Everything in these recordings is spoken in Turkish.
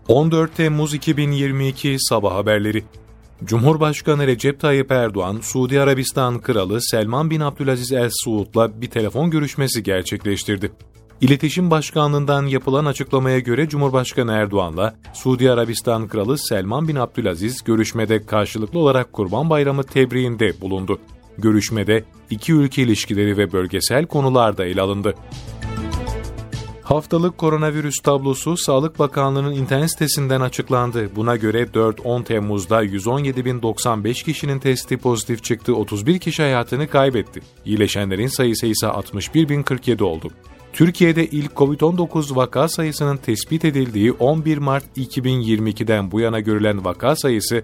14 Temmuz 2022 Sabah haberleri. Cumhurbaşkanı Recep Tayyip Erdoğan, Suudi Arabistan Kralı Selman bin Abdülaziz El Suud'la bir telefon görüşmesi gerçekleştirdi. İletişim Başkanlığı'ndan yapılan açıklamaya göre Cumhurbaşkanı Erdoğan'la Suudi Arabistan Kralı Selman bin Abdülaziz görüşmede karşılıklı olarak Kurban Bayramı tebriğinde bulundu. Görüşmede iki ülke ilişkileri ve bölgesel konular da ele alındı. Haftalık koronavirüs tablosu Sağlık Bakanlığı'nın internet sitesinden açıklandı. Buna göre 4-10 Temmuz'da 117.095 kişinin testi pozitif çıktı, 31 kişi hayatını kaybetti. İyileşenlerin sayısı ise 61.047 oldu. Türkiye'de ilk COVID-19 vaka sayısının tespit edildiği 11 Mart 2022'den bu yana görülen vaka sayısı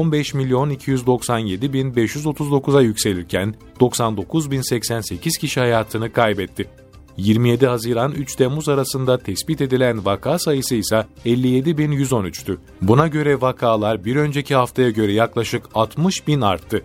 15.297.539'a yükselirken 99.088 kişi hayatını kaybetti. 27 Haziran 3 Temmuz arasında tespit edilen vaka sayısı ise 57.113'tü. Buna göre vakalar bir önceki haftaya göre yaklaşık 60.000 arttı.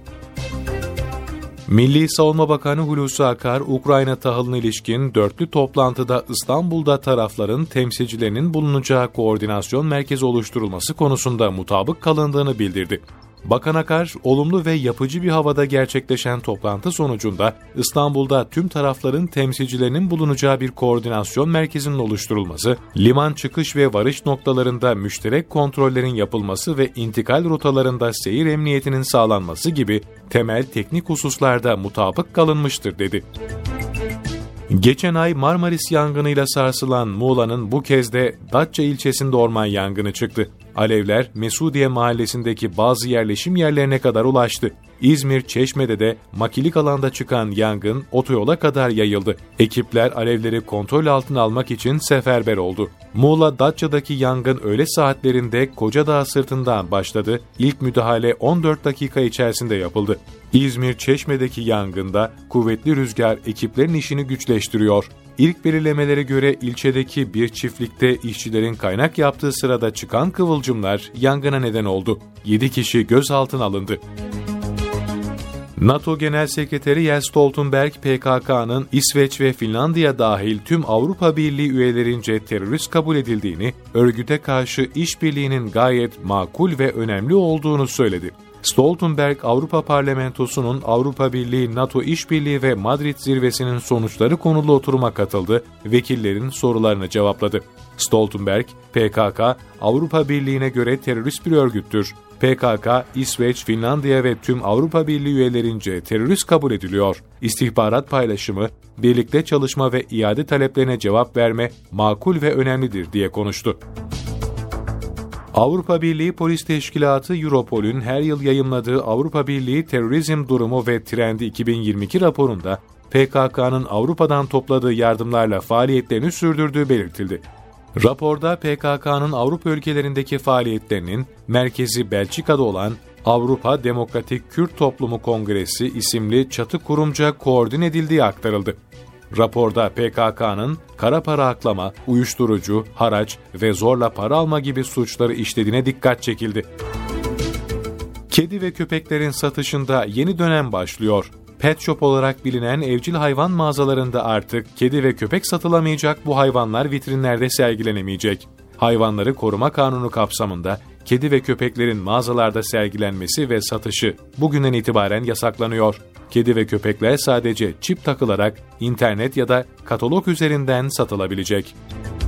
Milli Savunma Bakanı Hulusi Akar, Ukrayna tahılına ilişkin dörtlü toplantıda İstanbul'da tarafların temsilcilerinin bulunacağı koordinasyon merkezi oluşturulması konusunda mutabık kalındığını bildirdi. Bakan Akar, olumlu ve yapıcı bir havada gerçekleşen toplantı sonucunda İstanbul'da tüm tarafların temsilcilerinin bulunacağı bir koordinasyon merkezinin oluşturulması, liman çıkış ve varış noktalarında müşterek kontrollerin yapılması ve intikal rotalarında seyir emniyetinin sağlanması gibi temel teknik hususlarda mutabık kalınmıştır dedi. Geçen ay Marmaris yangınıyla sarsılan Muğla'nın bu kez de Datça ilçesinde orman yangını çıktı. Alevler Mesudiye mahallesindeki bazı yerleşim yerlerine kadar ulaştı. İzmir Çeşme'de de makilik alanda çıkan yangın otoyola kadar yayıldı. Ekipler alevleri kontrol altına almak için seferber oldu. Muğla Datça'daki yangın öğle saatlerinde Kocadağ sırtından başladı. İlk müdahale 14 dakika içerisinde yapıldı. İzmir Çeşme'deki yangında kuvvetli rüzgar ekiplerin işini güçleştiriyor. İlk belirlemelere göre ilçedeki bir çiftlikte işçilerin kaynak yaptığı sırada çıkan kıvılcımlar yangına neden oldu. 7 kişi gözaltına alındı. NATO Genel Sekreteri Jens Stoltenberg, PKK'nın İsveç ve Finlandiya dahil tüm Avrupa Birliği üyelerince terörist kabul edildiğini, örgüte karşı işbirliğinin gayet makul ve önemli olduğunu söyledi. Stoltenberg, Avrupa Parlamentosu'nun Avrupa Birliği, NATO İşbirliği ve Madrid Zirvesi'nin sonuçları konulu oturuma katıldı, vekillerin sorularını cevapladı. Stoltenberg, PKK, Avrupa Birliği'ne göre terörist bir örgüttür. PKK, İsveç, Finlandiya ve tüm Avrupa Birliği üyelerince terörist kabul ediliyor. İstihbarat paylaşımı, birlikte çalışma ve iade taleplerine cevap verme makul ve önemlidir diye konuştu. Avrupa Birliği Polis Teşkilatı Europol'ün her yıl yayımladığı Avrupa Birliği Terörizm Durumu ve Trendi 2022 raporunda PKK'nın Avrupa'dan topladığı yardımlarla faaliyetlerini sürdürdüğü belirtildi. Raporda PKK'nın Avrupa ülkelerindeki faaliyetlerinin merkezi Belçika'da olan Avrupa Demokratik Kürt Toplumu Kongresi isimli çatı kurumca koordine edildiği aktarıldı. Raporda PKK'nın kara para aklama, uyuşturucu, haraç ve zorla para alma gibi suçları işlediğine dikkat çekildi. Kedi ve köpeklerin satışında yeni dönem başlıyor. Pet Shop olarak bilinen evcil hayvan mağazalarında artık kedi ve köpek satılamayacak, bu hayvanlar vitrinlerde sergilenemeyecek. Hayvanları Koruma Kanunu kapsamında kedi ve köpeklerin mağazalarda sergilenmesi ve satışı bugünden itibaren yasaklanıyor. Kedi ve köpekler sadece çip takılarak internet ya da katalog üzerinden satılabilecek.